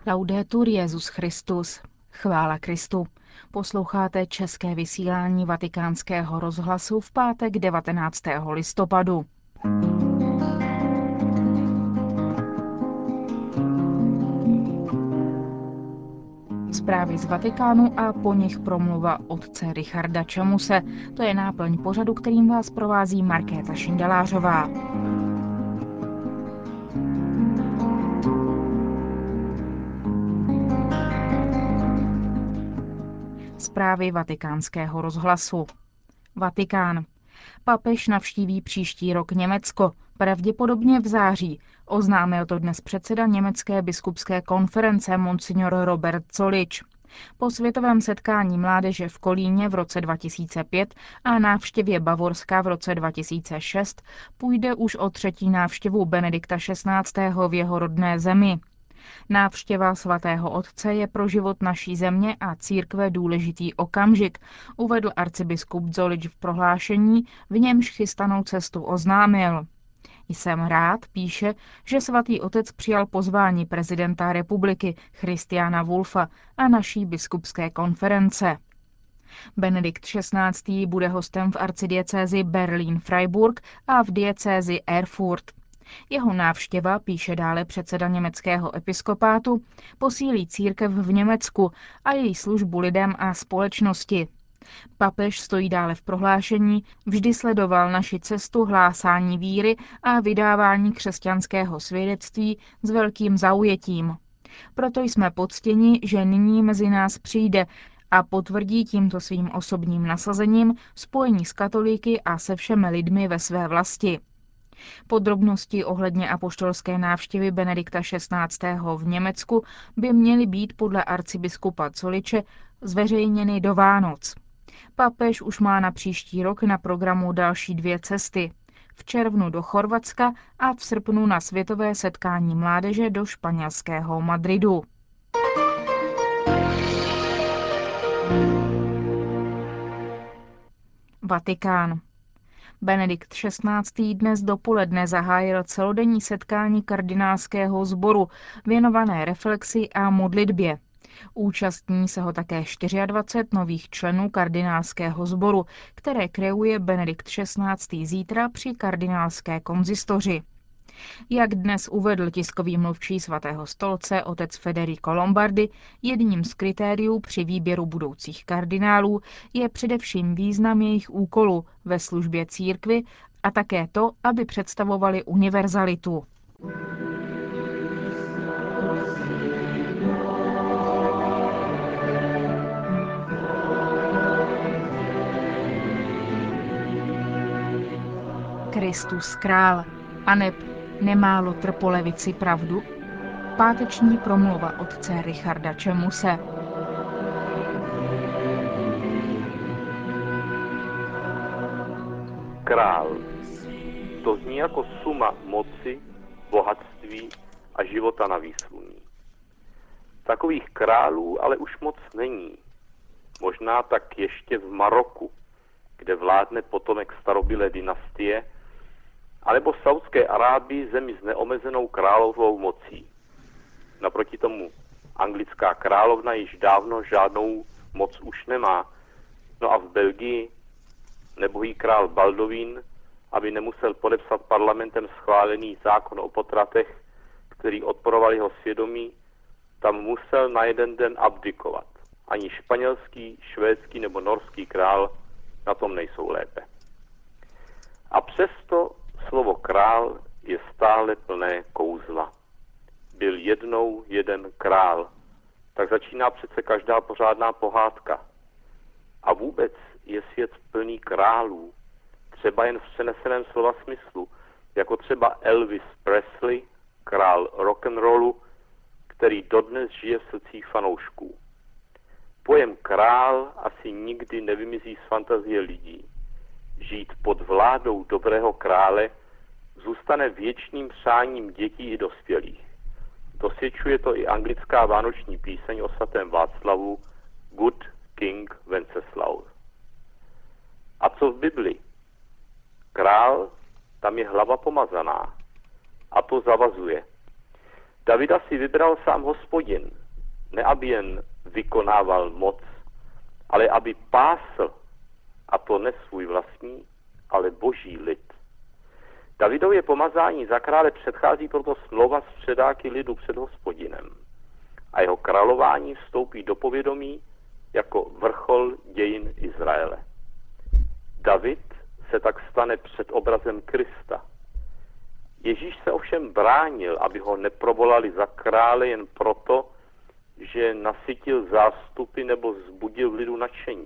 Laudetur Jesus Christus. Chvála Kristu. Posloucháte české vysílání Vatikánského rozhlasu v pátek 19. listopadu. Zprávy z Vatikánu a po nich promluva otce Richarda Čemuse. To je náplň pořadu, kterým vás provází Markéta Šindelářová. Zprávy Vatikánského rozhlasu. Vatikán. Papež navštíví příští rok Německo, pravděpodobně v září. Oznámil to dnes předseda Německé biskupské konference monsignor Robert Zollitsch. Po světovém setkání mládeže v Kolíně v roce 2005 a návštěvě Bavorska v roce 2006 půjde už o třetí návštěvu Benedikta XVI. V jeho rodné zemi. Návštěva svatého otce je pro život naší země a církve důležitý okamžik, uvedl arcibiskup Zollitsch v prohlášení, v němž chystanou cestu oznámil. Jsem rád, píše, že svatý otec přijal pozvání prezidenta republiky Christiana Wulffa a naší biskupské konference. Benedikt XVI. Bude hostem v arcidiecézi Berlín-Freiburg a v diecézi Erfurt. Jeho návštěva, píše dále předseda německého episkopátu, posílí církev v Německu a její službu lidem a společnosti. Papež, stojí dále v prohlášení, vždy sledoval naši cestu hlásání víry a vydávání křesťanského svědectví s velkým zaujetím. Proto jsme poctěni, že nyní mezi nás přijde a potvrdí tímto svým osobním nasazením spojení s katolíky a se všemi lidmi ve své vlasti. Podrobnosti ohledně apoštolské návštěvy Benedikta XVI. V Německu by měly být podle arcibiskupa Zollitsche zveřejněny do Vánoc. Papež už má na příští rok na programu další 2 cesty. V červnu do Chorvatska a v srpnu na světové setkání mládeže do španělského Madridu. Vatikán. Benedikt XVI. Dnes dopoledne zahájil celodenní setkání kardinálského sboru věnované reflexi a modlitbě. Účastní se ho také 24 nových členů kardinálského sboru, které kreuje Benedikt XVI. Zítra při kardinálské konzistoři. Jak dnes uvedl tiskový mluvčí svatého stolce otec Federico Lombardi, jedním z kritériů při výběru budoucích kardinálů je především význam jejich úkolu ve službě církvi a také to, aby představovali univerzalitu. Kristus král, aneb nemá Lotr po levici pravdu? Páteční promluva otce Richarda Čemuse. Král. To zní jako suma moci, bohatství a života na výsluní. Takových králů ale už moc není. Možná tak ještě v Maroku, kde vládne potomek starobylé dynastie, anebo v Saudské Arábii, zemi s neomezenou královou mocí. Naproti tomu anglická královna již dávno žádnou moc už nemá. No a v Belgii nebohý král Baldovín, aby nemusel podepsat parlamentem schválený zákon o potratech, který odporoval jeho svědomí, tam musel na jeden den abdikovat. Ani španělský, švédský nebo norský král na tom nejsou lépe. A přesto slovo král je stále plné kouzla. Byl jednou jeden král. Tak začíná přece každá pořádná pohádka. A vůbec je svět plný králů, třeba jen v přeneseném slova smyslu, jako třeba Elvis Presley, král rock'n'rollu, který dodnes žije v srdcích fanoušků. Pojem král asi nikdy nevymizí z fantazie lidí. Žít pod vládou dobrého krále zůstane věčným přáním dětí i dospělých. Dosvědčuje to i anglická vánoční píseň o svatém Václavu Good King Wenceslaus. A co v Bibli? Král, tam je hlava pomazaná. A to zavazuje. Davida si vybral sám Hospodin, ne aby jen vykonával moc, ale aby pásl, a to ne svůj vlastní, ale boží lid. Davidově pomazání za krále předchází proto smlouva s předáky lidu před Hospodinem a jeho králování vstoupí do povědomí jako vrchol dějin Izraele. David se tak stane předobrazem Krista. Ježíš se ovšem bránil, aby ho neprovolali za krále jen proto, že nasytil zástupy nebo vzbudil v lidu nadšení.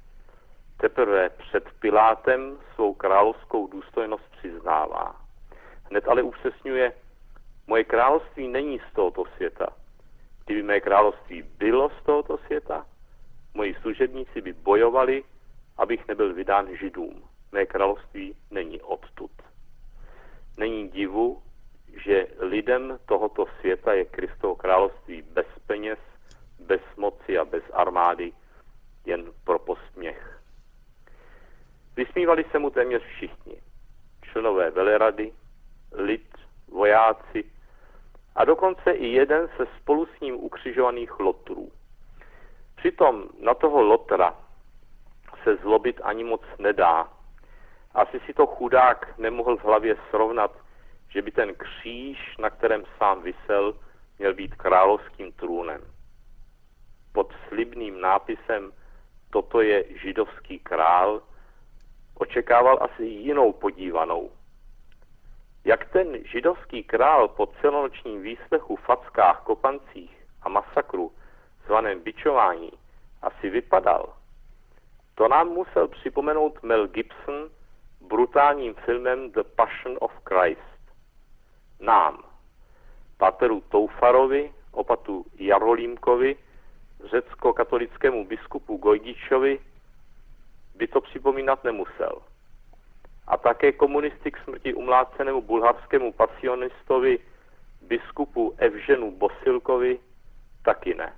Teprve před Pilátem svou královskou důstojnost přiznává. Hned ale upřesňuje, moje království není z tohoto světa. Kdyby mé království bylo z tohoto světa, moji služebníci by bojovali, abych nebyl vydán Židům. Mé království není odtud. Není divu, že lidem tohoto světa je Kristovo království bez peněz, bez moci a bez armády, jen pro posměch. Vysmívali se mu téměř všichni. Členové velerady, lid, vojáci a dokonce i jeden se spolu s ním ukřižovaných lotrů. Přitom na toho lotra se zlobit ani moc nedá. Asi si to chudák nemohl v hlavě srovnat, že by ten kříž, na kterém sám visel, měl být královským trůnem. Pod slibným nápisem "Toto je židovský král" očekával asi jinou podívanou. Jak ten židovský král po celonočním výslechu, fackách, kopancích a masakru zvaném bičování asi vypadal, to nám musel připomenout Mel Gibson brutálním filmem The Passion of Christ. Nám, páteru Toufarovi, opatu Jarolímkovi, řecko-katolickému biskupu Gojdičovi, by to připomínat nemusel. A také komunisty k smrti umlácenému bulharskému pasionistovi biskupu Evženu Bosilkovi taky ne.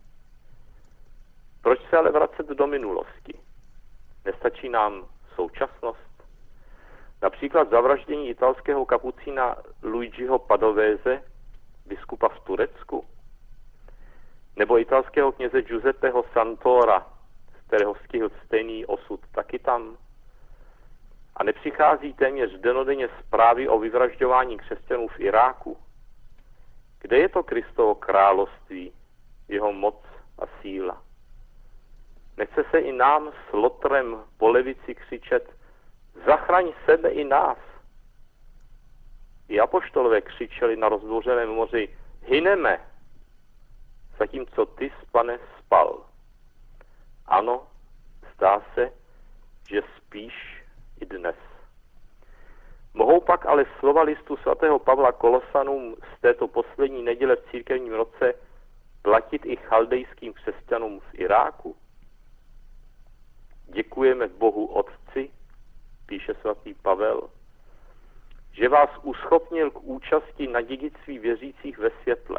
Proč se ale vracet do minulosti? Nestačí nám současnost? Například zavraždění italského kapucína Luigiho Padovese, biskupa v Turecku? Nebo italského kněze Giuseppeho Santora, z kterého stihl stejný osud taky tam? A nepřichází téměř dennodenně zprávy o vyvražďování křesťanů v Iráku? Kde je to Kristovo království, jeho moc a síla? Nechce se i nám s lotrem po levici křičet: zachraň sebe i nás. I apoštolové křičeli na rozbouřeném moři: hyneme, zatímco ty, Pane, spal. Ano, zdá se, že spíš i dnes. Mohou pak ale slova listu svatého Pavla Kolosanům z této poslední neděle v církevním roce platit i chaldejským křesťanům v Iráku? Děkujeme Bohu Otci, píše svatý Pavel, že vás uschopnil k účasti na dědictví věřících ve světle.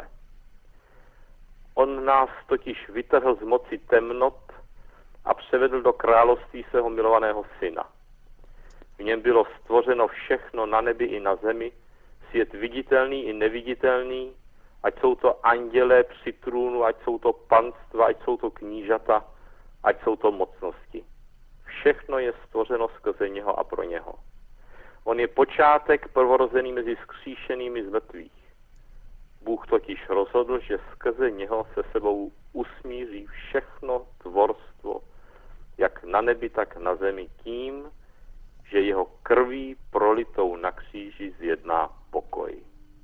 On nás totiž vytrhl z moci temnot a převedl do království svého milovaného syna. V něm bylo stvořeno všechno na nebi i na zemi, svět viditelný i neviditelný, ať jsou to andělé při trůnu, ať jsou to panstva, ať jsou to knížata, ať jsou to mocnosti. Všechno je stvořeno skrze něho a pro něho. On je počátek prvorozený mezi vzkříšenými z mrtvých. Bůh totiž rozhodl, že skrze něho se sebou usmíří všechno tvorstvo, jak na nebi, tak na zemi, tím, že jeho krví prolitou na kříži zjedná pokoj.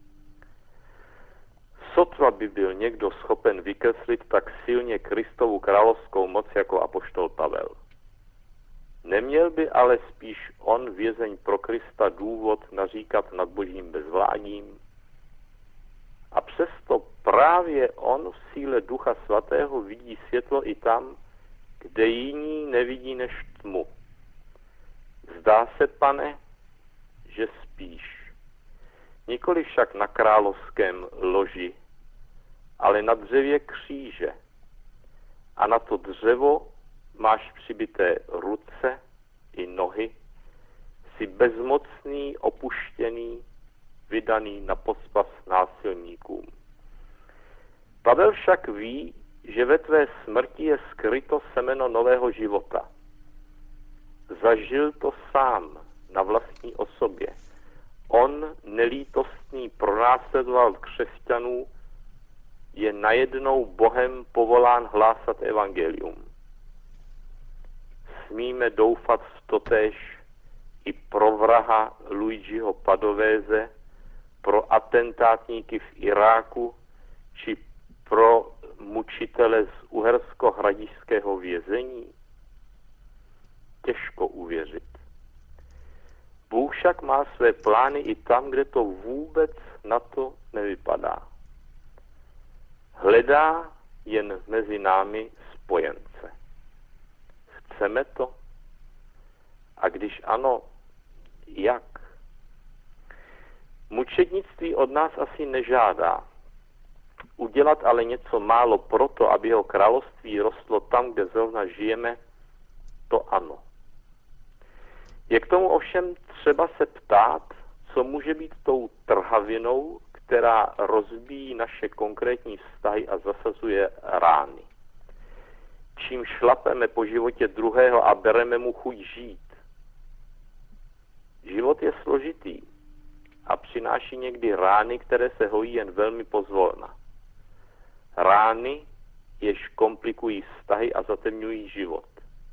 Sotva by byl někdo schopen vykreslit tak silně Kristovu královskou moc jako apoštol Pavel. Neměl by ale spíš on, vězeň pro Krista, důvod naříkat nad božím bezvládím? A přesto právě on v síle Ducha Svatého vidí světlo i tam, kde jiní nevidí než tmu. Zdá se, Pane, že spíš. Nikoli však na královském loži, ale na dřevě kříže. A na to dřevo máš přibité ruce i nohy, jsi bezmocný, opuštěný, vydaný na pospas násilníkům. Pavel však ví, že ve tvé smrti je skryto semeno nového života. Zažil to sám na vlastní osobě. On, nelítostný, pronásledoval křesťanů, je najednou Bohem povolán hlásat evangelium. Smíme doufat v totéž i pro vraha Luigiho Padovéze, pro atentátníky v Iráku či pro mučitele z uhersko-hradišského vězení? Těžko uvěřit. Bůh však má své plány i tam, kde to vůbec na to nevypadá. Hledá jen mezi námi spojence. Chceme to? A když ano, jak? Mučednictví od nás asi nežádá. Udělat ale něco málo proto, aby jeho království rostlo tam, kde zrovna žijeme, to ano. Je k tomu ovšem třeba se ptát, co může být tou trhavinou, která rozbíjí naše konkrétní vztahy a zasazuje rány. Čím šlapeme po životě druhého a bereme mu chuť žít. Život je složitý a přináší někdy rány, které se hojí jen velmi pozvolna. Rány, jež komplikují vztahy a zatemňují život.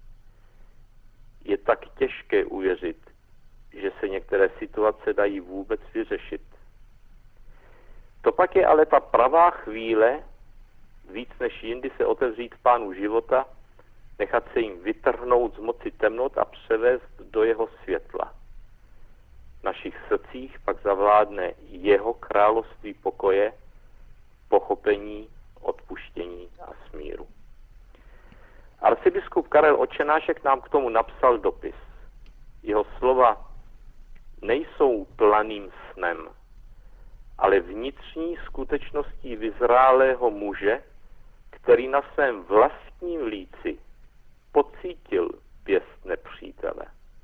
Je tak těžké uvěřit, že se některé situace dají vůbec vyřešit. To pak je ale ta pravá chvíle, víc než jindy se otevřít Pánu života, nechat se jim vytrhnout z moci temnot a převést do jeho světla. V našich srdcích pak zavládne jeho království pokoje, pochopení, odpuštění a smíru. Arcibiskup Karel Očenášek nám k tomu napsal dopis. Jeho slova nejsou planým snem, ale vnitřní skutečností vyzrálého muže, který na svém vlastním líci pocítil pěst nepřítele.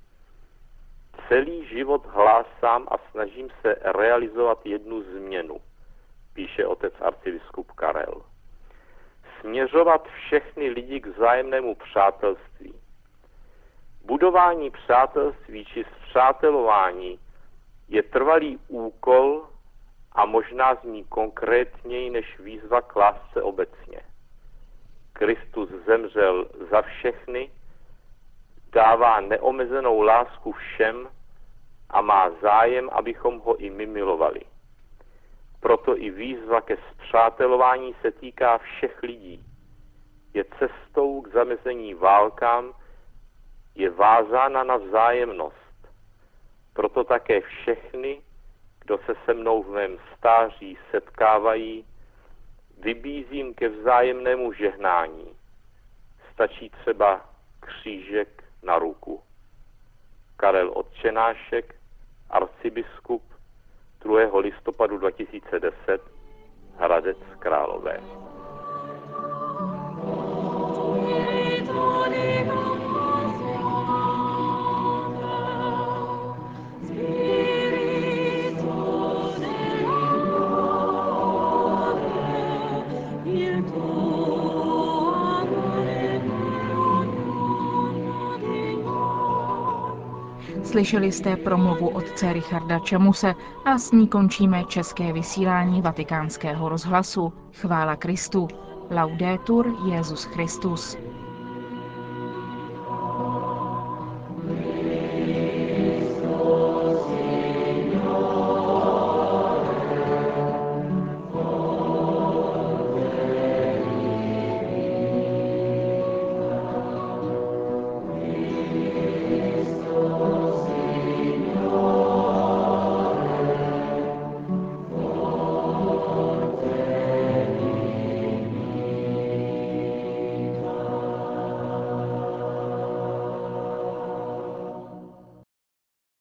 Celý život hlásám a snažím se realizovat jednu změnu, píše otec arcibiskup Karel. Směřovat všechny lidi k vzájemnému přátelství. Budování přátelství či spřátelování je trvalý úkol a možná zní konkrétněji než výzva k lásce obecně. Kristus zemřel za všechny, dává neomezenou lásku všem a má zájem, abychom ho i my milovali. Proto i výzva ke spřátelování se týká všech lidí. Je cestou k zamezení válkám, je vázána na vzájemnost. Proto také všechny, kdo se se mnou v mém stáří setkávají, vybízím ke vzájemnému žehnání. Stačí třeba křížek na ruku. Karel Očenášek, arcibiskup, 2. listopadu 2010, Hradec Králové. Slyšeli jste promluvu otce Richarda Čemuse a s ní končíme české vysílání Vatikánského rozhlasu. Chvála Kristu. Laudetur Jesus Christus.